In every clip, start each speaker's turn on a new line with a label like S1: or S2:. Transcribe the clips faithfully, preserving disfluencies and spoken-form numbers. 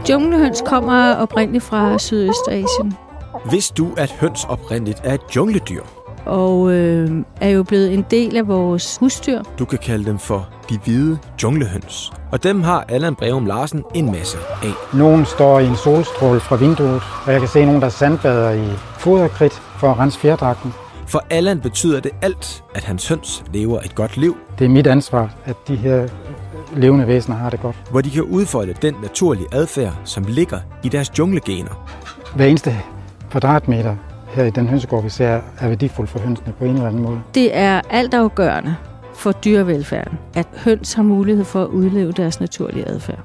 S1: Junglehøns kommer oprindeligt fra Sydøstasien.
S2: Vidste du, at høns oprindeligt er et jungledyr?
S1: Og øh, er jo blevet en del af vores husdyr.
S2: Du kan kalde dem for de hvide junglehøns. Og dem har Allan Breum Larsen en masse af.
S3: Nogen står i en solstråle fra vinduet, og jeg kan se nogen, der sandbader i foderkridt for at rense fjerdragten.
S2: For Allan betyder det alt, at hans høns lever et godt liv.
S3: Det er mit ansvar, at de her levende væsener har det godt.
S2: Hvor de kan udfolde den naturlige adfærd, som ligger i deres junglegener.
S3: Hver eneste kvadratmeter her i den hønsegård, vi ser, er værdifuld for hønsene på en eller anden måde.
S1: Det er altafgørende for dyrevelfærden, at høns har mulighed for at udleve deres naturlige adfærd.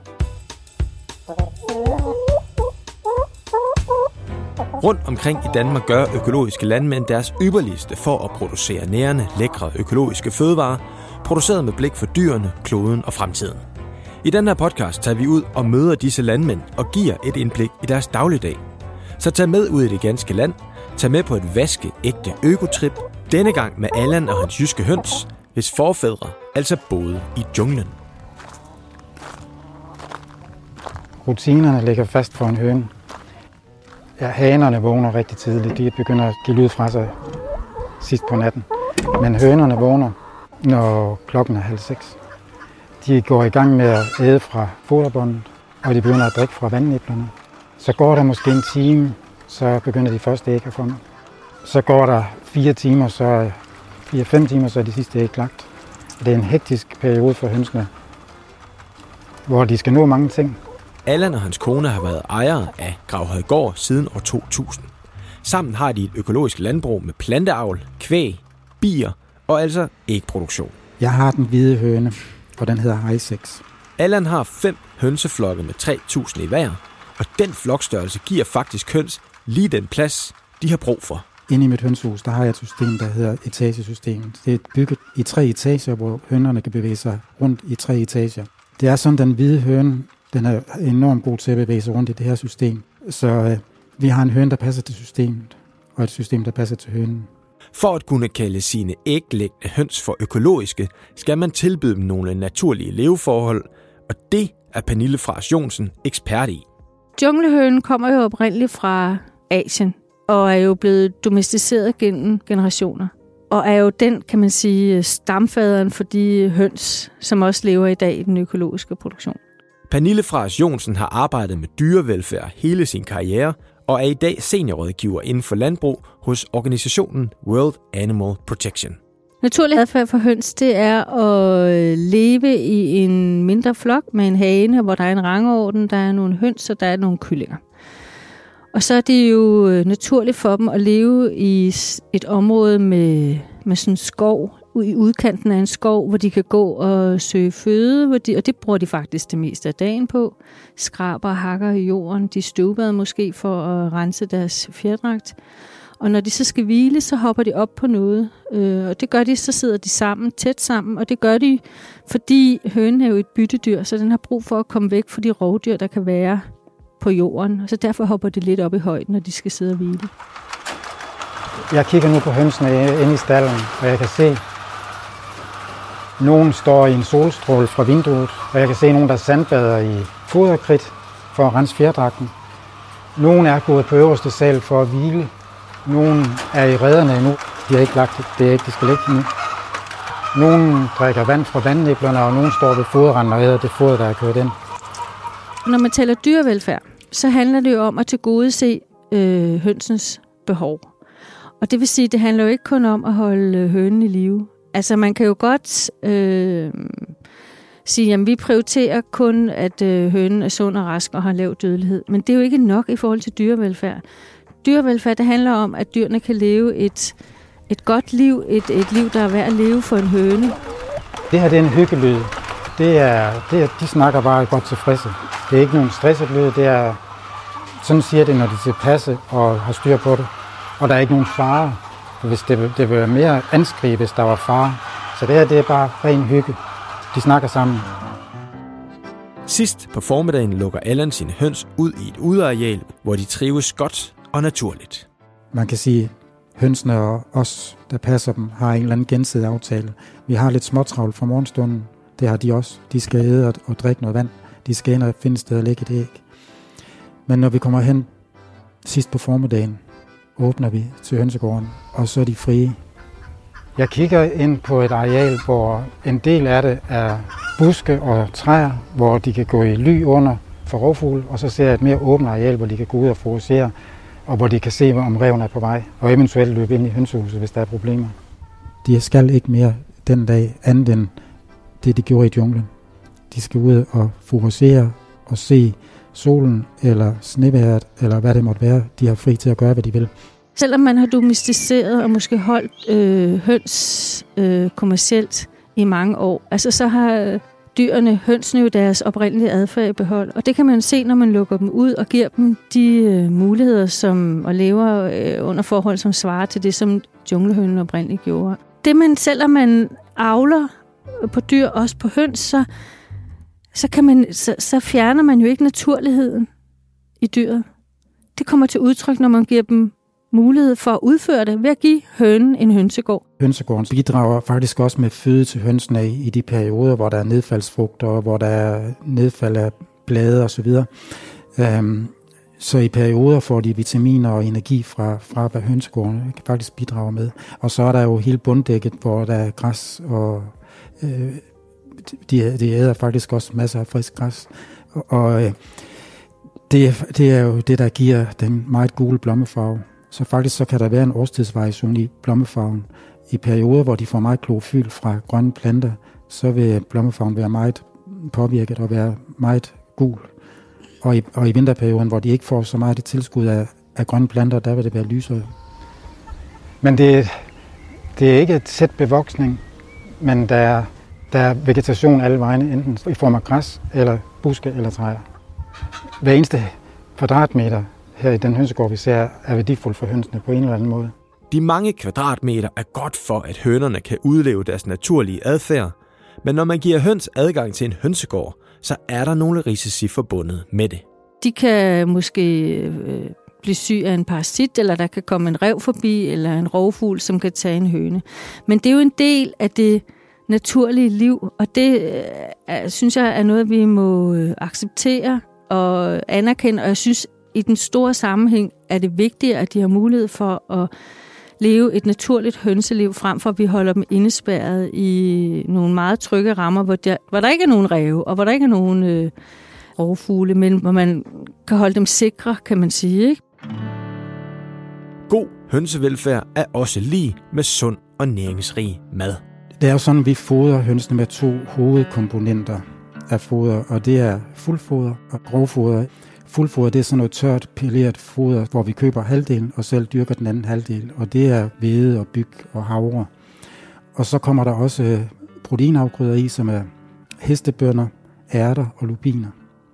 S2: Rundt omkring i Danmark gør økologiske landmænd deres ypperligste for at producere nærende, lækre økologiske fødevarer, produceret med blik for dyrene, kloden og fremtiden. I den her podcast tager vi ud og møder disse landmænd og giver et indblik i deres dagligdag. Så tag med ud i det ganske land, tag med på et vaskeægte økotrip, denne gang med Allan og hans jyske høns, hvis forfædre altså boede i junglen.
S3: Rutinerne ligger fast for en høne. Ja, hanerne vågner rigtig tidligt. De begynder at give lyd fra sig sidst på natten. Men hønerne vågner, når klokken er halv seks. De går i gang med at æde fra foderbåndet, og de begynder at drikke fra vandniblerne. Så går der måske en time, så begynder de første æg at komme. Så går der fire timer, så fire-fem timer, så er de sidste æg lagt. Det er en hektisk periode for hønsene, hvor de skal nå mange ting.
S2: Allan og hans kone har været ejere af Gravhøjgård siden år to tusind. Sammen har de et økologisk landbrug med planteavl, kvæg, bier og altså ægproduktion.
S3: Jeg har den hvide høne, og den hedder Isaacs.
S2: Allan har fem hønseflokke med tre tusind i hver, og den flokstørrelse giver faktisk høns lige den plads, de har brug for.
S3: Inde i mit hønsehus, der har jeg et system, der hedder etagesystemet. Det er bygget i tre etager, hvor hønerne kan bevæge sig rundt i tre etager. Det er sådan, den hvide høne, den er enormt god til at bevæge sig rundt i det her system. Så øh, vi har en høne, der passer til systemet, og et system, der passer til hønen.
S2: For at kunne kalde sine æglæggende høns for økologiske, skal man tilbyde dem nogle naturlige leveforhold, og det er Pernille Fraas Johnsen ekspert i.
S1: Junglehønen kommer jo oprindeligt fra Asien, og er jo blevet domesticeret gennem generationer. Og er jo den, kan man sige, stamfaderen for de høns, som også lever i dag i den økologiske produktion.
S2: Pernille Fraas Johnsen har arbejdet med dyrevelfærd hele sin karriere, og er i dag seniorrådgiver inden for landbrug hos organisationen World Animal Protection.
S1: Naturlig adfærd for høns, det er at leve i en mindre flok med en hane, hvor der er en rangorden, der er nogle høns, og der er nogle kyllinger. Og så er det jo naturligt for dem at leve i et område med, med sådan en skov, i udkanten af en skov, hvor de kan gå og søge føde, hvor de, og det bruger de faktisk det meste af dagen på. Skraber og hakker i jorden, de støvbader måske for at rense deres fjerdragt. Og når de så skal hvile, så hopper de op på noget, øh, og det gør de, så sidder de sammen, tæt sammen, og det gør de, fordi hønen er jo et byttedyr, så den har brug for at komme væk fra de rovdyr, der kan være på jorden, og så derfor hopper de lidt op i højden, når de skal sidde og hvile.
S3: Jeg kigger nu på hønsene inde i stallen, og jeg kan se, nogen står i en solstråle fra vinduet, og jeg kan se nogen, der sandbader i foderkridt for at rense fjerdragten. Nogen er gået på øverste sal for at hvile. Nogen er i rederne endnu. De har ikke lagt det æg, de skal lægge endnu. Nogen drikker vand fra vandniblerne, og nogen står ved foderranden og æder det foder, der er kørt ind.
S1: Når man taler dyrevelfærd, så handler det jo om at tilgodese øh, hønsens behov. Og det vil sige, det handler jo ikke kun om at holde hønen i live. Altså man kan jo godt øh, sige, at vi prioriterer kun, at øh, hønen er sund og rask og har lav dødelighed. Men det er jo ikke nok i forhold til dyrevelfærd. Dyrevelfærd, det handler om, at dyrene kan leve et, et godt liv, et, et liv, der er værd at leve for en høne.
S3: Det her det er en hyggelyd. Det er, det er, de snakker bare godt tilfredse. Det er ikke nogen stresset lyd, det er, sådan siger det, når de er tilpasse og har styr på det. Og der er ikke nogen fare. Hvis det, det ville være mere anskrig, hvis der var fare. Så det her, det er bare ren hygge. De snakker sammen.
S2: Sidst på formiddagen lukker Allan sine høns ud i et udeareal, hvor de trives godt og naturligt.
S3: Man kan sige, at hønsene og os, der passer dem, har en eller anden gensidig aftale. Vi har lidt småtravlt fra morgenstunden. Det har de også. De skal æde og drikke noget vand. De skal ind og finde sted og lægge et æg. Men når vi kommer hen sidst på formiddagen, åbner vi til hønsegården, og så er de frie. Jeg kigger ind på et areal, hvor en del af det er buske og træer, hvor de kan gå i ly under for rovfugle, og så ser jeg et mere åbent areal, hvor de kan gå ud og foragere, og hvor de kan se, om ræven er på vej, og eventuelt løbe ind i hønsehuset, hvis der er problemer. De skal ikke mere den dag, andet end det, de gjorde i junglen. De skal ud og foragere og se solen eller snevejret, eller hvad det måtte være. De har fri til at gøre, hvad de vil.
S1: Selvom man har domesticeret og måske holdt øh, høns øh, kommercielt i mange år, altså så har øh, dyrene, hønsene jo deres oprindelige adfærd i behold. Og det kan man se, når man lukker dem ud og giver dem de øh, muligheder, som og lever øh, under forhold, som svarer til det, som junglehønen oprindeligt gjorde. Det man, selvom man avler på dyr, også på høns, så, så, kan man, så, så fjerner man jo ikke naturligheden i dyret. Det kommer til udtryk, når man giver dem mulighed for at udføre det ved at give hønen en hønsegård.
S3: Hønsegården bidrager faktisk også med føde til hønsene i de perioder, hvor der er nedfaldsfrugter, hvor der er nedfald af blade osv. Um, så i perioder får de vitaminer og energi fra, fra hvad hønsegården kan faktisk bidrage med. Og så er der jo hele bunddækket, hvor der er græs, og øh, de, de æder faktisk også masser af frisk græs. Og, og øh, det, det er jo det, der giver den meget gule blommefarve. Så faktisk så kan der være en årstidsvariation i blommefarven. I perioder, hvor de får meget klorofyl fra grønne planter, så vil blommefarven være meget påvirket og være meget gul. Og i, og i vinterperioden, hvor de ikke får så meget tilskud af, af grønne planter, der vil det være lysere. Men det, det er ikke et sæt bevoksning, men der er, der er vegetation alle vegne, enten i form af græs, eller buske eller træer. Hver eneste kvadratmeter her i den hønsegård, vi ser, er værdifuld for hønsene på en eller anden måde.
S2: De mange kvadratmeter er godt for, at hønerne kan udleve deres naturlige adfærd, men når man giver høns adgang til en hønsegård, så er der nogle risici forbundet med det.
S1: De kan måske øh, blive syg af en parasit, eller der kan komme en ræv forbi, eller en rovfugl, som kan tage en høne. Men det er jo en del af det naturlige liv, og det øh, synes jeg er noget, vi må øh, acceptere og anerkende, og jeg synes, i den store sammenhæng er det vigtigt, at de har mulighed for at leve et naturligt hønseliv, frem for at vi holder dem indespærret i nogle meget trygge rammer, hvor der, hvor der ikke er nogen ræve, og hvor der ikke er nogen øh, rovfugle, men hvor man kan holde dem sikre, kan man sige, ikke?
S2: God hønsevelfærd er også lige med sund og næringsrig mad.
S3: Det er jo sådan, at vi fodrer hønsene med to hovedkomponenter af foder, og det er fuldfoder og grovfoder. Fuldfoder, det er sådan noget tørt, pileret foder, hvor vi køber halvdelen og selv dyrker den anden halvdel, og det er hvede og byg og havre. Og så kommer der også proteinafgrøder i, som er hestebønner, ærter og lupiner.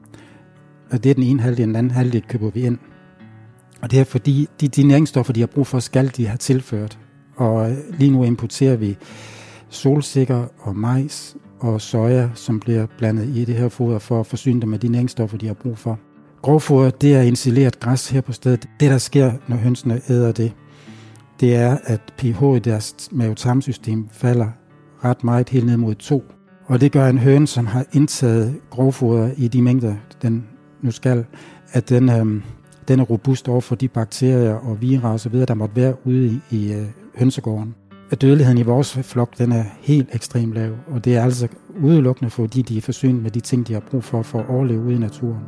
S3: Og det er den ene halvdel, den anden halvdel køber vi ind. Og det er fordi, de, de næringsstoffer, de har brug for, skal de have tilført. Og lige nu importerer vi solsikker og majs og soja, som bliver blandet i det her foder for at forsyne dem med de næringsstoffer, de har brug for. Grovfoder, det er insileret græs her på stedet. Det, der sker, når hønsene æder det, det er, at pH i deres mave-tarmsystem falder ret meget helt ned mod to. Og det gør en høne, som har indtaget grovfoder i de mængder, den nu skal, at den, øhm, den er robust over for de bakterier og vira og så videre, der måtte være ude i, i øh, hønsegården. At dødeligheden i vores flok, den er helt ekstremt lav, og det er altså udelukkende, fordi de er forsynet med de ting, de har brug for, for at overleve ude i naturen.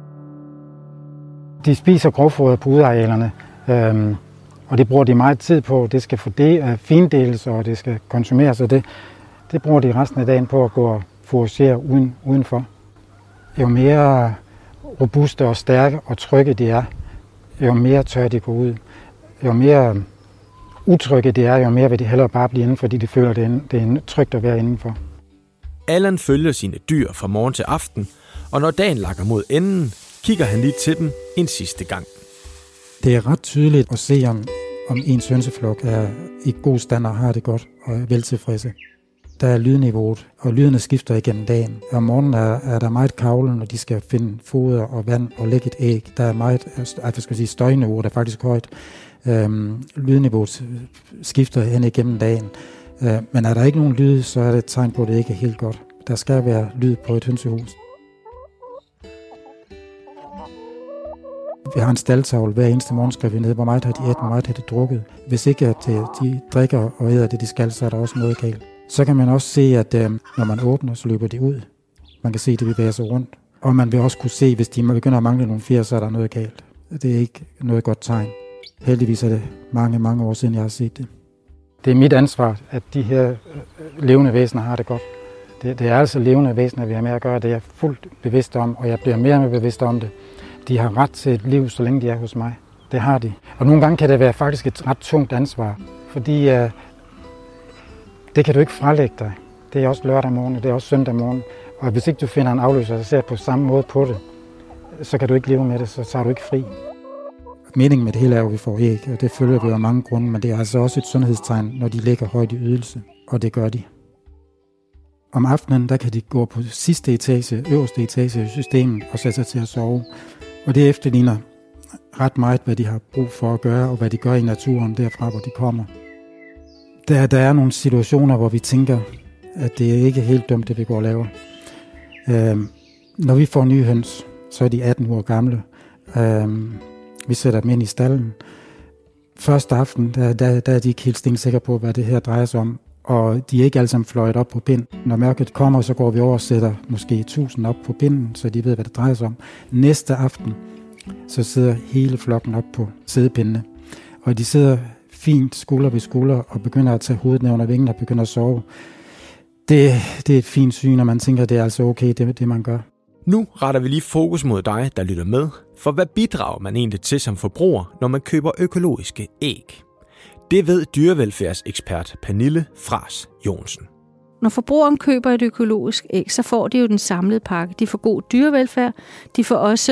S3: De spiser grovfoder på udearealerne, øhm, og det bruger de meget tid på. Det skal fordele, findeles, og det skal konsumeres, og det, det bruger de resten af dagen på at gå og foragere uden, udenfor. Jo mere robuste og stærke og trygge de er, jo mere tør de gå ud. Jo mere utrygge de er, jo mere vil de hellere bare blive inden, fordi de føler, det er, det er trygt at være indenfor.
S2: Allan følger sine dyr fra morgen til aften, og når dagen lakker mod enden, kigger han lige til dem en sidste gang.
S3: Det er ret tydeligt at se, om, om ens hønseflok er i god stand og har det godt og er veltilfredse. Der er lydniveauet, og lydene skifter igennem dagen. Om morgenen er, er der meget kavle, når de skal finde foder og vand og lægge et æg. Der er meget, jeg skal sige, støjniveau, der er faktisk højt. Øhm, lydniveauet skifter hen igennem dagen. Øh, men er der ikke nogen lyd, så er det et tegn på, at det ikke er helt godt. Der skal være lyd på et hønsehus. Vi har en staldtavle hver eneste morgen, skriver vi ned, hvor meget har de ædt, hvor meget har de drukket. Hvis ikke at de drikker og æder det, de skal, så er der også noget galt. Så kan man også se, at når man åbner, så løber de ud. Man kan se, at det bevæger sig rundt. Og man vil også kunne se, hvis de begynder at mangle nogle fjer, så er der noget galt. Det er ikke noget godt tegn. Heldigvis er det mange, mange år siden, jeg har set det. Det er mit ansvar, at de her levende væsener har det godt. Det, det er altså levende væsener, vi har med at gøre. Det er jeg fuldt bevidst om, og jeg bliver mere og mere bevidst om det. De har ret til et liv, så længe de er hos mig. Det har de. Og nogle gange kan det være faktisk et ret tungt ansvar, fordi uh, det kan du ikke frelægge dig. Det er også lørdag morgen, det er også søndag morgen. Og hvis ikke du finder en afløser, der ser på samme måde på det, så kan du ikke leve med det, så tager du ikke fri. Meningen med det hele er jo, at vi får æg, og det følger vi af mange grunde, men det er altså også et sundhedstegn, når de ligger højt i ydelse, og det gør de. Om aftenen, der kan de gå på sidste etage, øverste etage i systemet og sætte sig til at sove. Og det efterligner ret meget, hvad de har brug for at gøre, og hvad de gør i naturen derfra, hvor de kommer. Der, der er nogle situationer, hvor vi tænker, at det er ikke helt dumt, det vi går og laver. Øhm, når vi får nye høns, så er de atten uger gamle. Øhm, vi sætter dem ind i stallen. Første aften, der, der, der er de ikke helt stensikre på, hvad det her drejer sig om. Og de er ikke alle sammen fløjet op på pind. Når mørket kommer, så går vi over og sætter måske tusind op på pinden, så de ved, hvad det drejer sig om. Næste aften, så sidder hele flokken op på sædepindene. Og de sidder fint skulder ved skulder og begynder at tage hovedet ned under vingen og begynder at sove. Det, det er et fint syn, og man tænker, at det er altså okay, det, det man gør.
S2: Nu retter vi lige fokus mod dig, der lytter med. For hvad bidrager man egentlig til som forbruger, når man køber økologiske æg? Det ved dyrevelfærdsekspert Pernille Fraas Johnsen.
S1: Når forbrugeren køber et økologisk æg, så får de jo den samlede pakke. De får god dyrevelfærd. De får også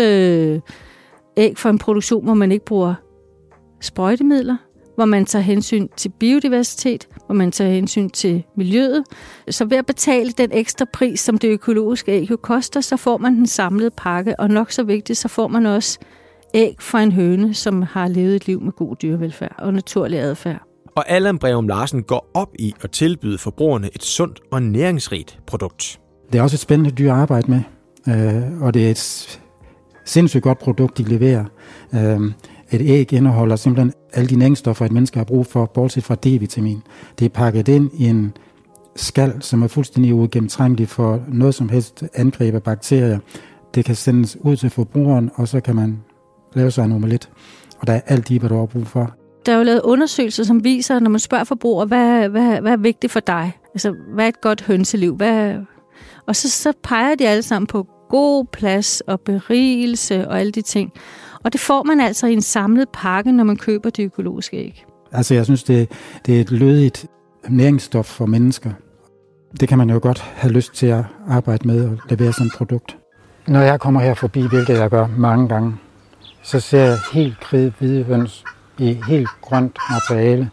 S1: æg for en produktion, hvor man ikke bruger sprøjtemidler, hvor man tager hensyn til biodiversitet, hvor man tager hensyn til miljøet. Så ved at betale den ekstra pris, som det økologiske æg jo koster, så får man den samlede pakke, og nok så vigtigt, så får man også æg fra en høne, som har levet et liv med god dyrevelfærd og naturlig adfærd.
S2: Og Allan Breum Larsen går op i at tilbyde forbrugerne et sundt og næringsrigt produkt.
S3: Det er også et spændende dyr at arbejde med, og det er et sindssygt godt produkt, de leverer. Et æg indeholder simpelthen alle de næringsstoffer, et menneske har brug for, bortset fra D-vitamin. Det er pakket ind i en skal, som er fuldstændig uigennemtrængelig for noget som helst angreb af bakterier. Det kan sendes ud til forbrugeren, og så kan man lave sig en omelet. Og der er alt de, hvad du har brug for.
S1: Der er jo lavet undersøgelser, som viser, når man spørger forbrugere, hvad, hvad, hvad er vigtigt for dig? Altså, hvad er et godt hønseliv? Hvad... Og så, så peger de alle sammen på god plads og berigelse og alle de ting. Og det får man altså i en samlet pakke, når man køber de økologiske æg.
S3: Altså, jeg synes, det, det er et lødigt næringsstof for mennesker. Det kan man jo godt have lyst til at arbejde med og levere sådan et produkt. Når jeg kommer her forbi, hvilket jeg gør mange gange, så ser jeg helt kridhvide høns i helt grønt materiale,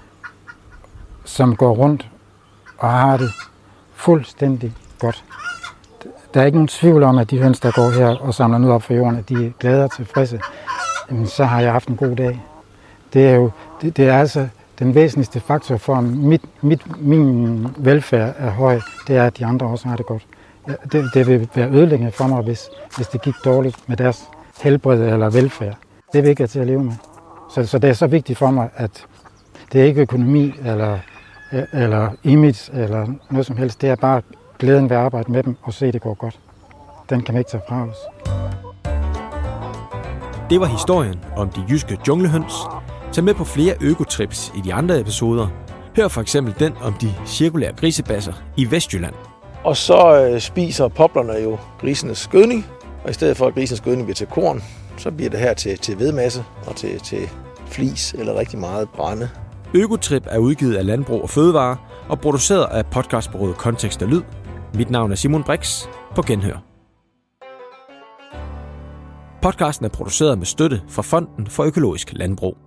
S3: som går rundt og har det fuldstændig godt. Der er ikke nogen tvivl om, at de høns, der går her og samler noget op fra jorden, at de er glade og tilfredse. Jamen, så har jeg haft en god dag. Det er jo det, det er altså den væsentligste faktor for, at mit, mit, min velfærd er høj, det er, at de andre også har det godt. Det, det vil være ødelæggende for mig, hvis, hvis det gik dårligt med deres helbred eller velfærd. Det vil ikke være til at leve med. Så, så det er så vigtigt for mig, at det er ikke økonomi eller, eller image eller noget som helst. Det er bare glæden ved at arbejde med dem og se, at det går godt. Den kan man ikke tage fra os.
S2: Det var historien om de jyske junglehøns. Tag med på flere økotrips i de andre episoder. Hør for eksempel den om de cirkulære grisebasser i Vestjylland.
S4: Og så øh, spiser poplerne jo grisenes gødning, og i stedet for at grisenes gødning bliver til korn, så bliver det her til, til vedmasse og til, til flis eller rigtig meget brænde.
S2: Økotrip er udgivet af Landbrug og Fødevare og produceret af podcastbureauet Kontekst og Lyd. Mit navn er Simon Brix. På genhør. Podcasten er produceret med støtte fra Fonden for Økologisk Landbrug.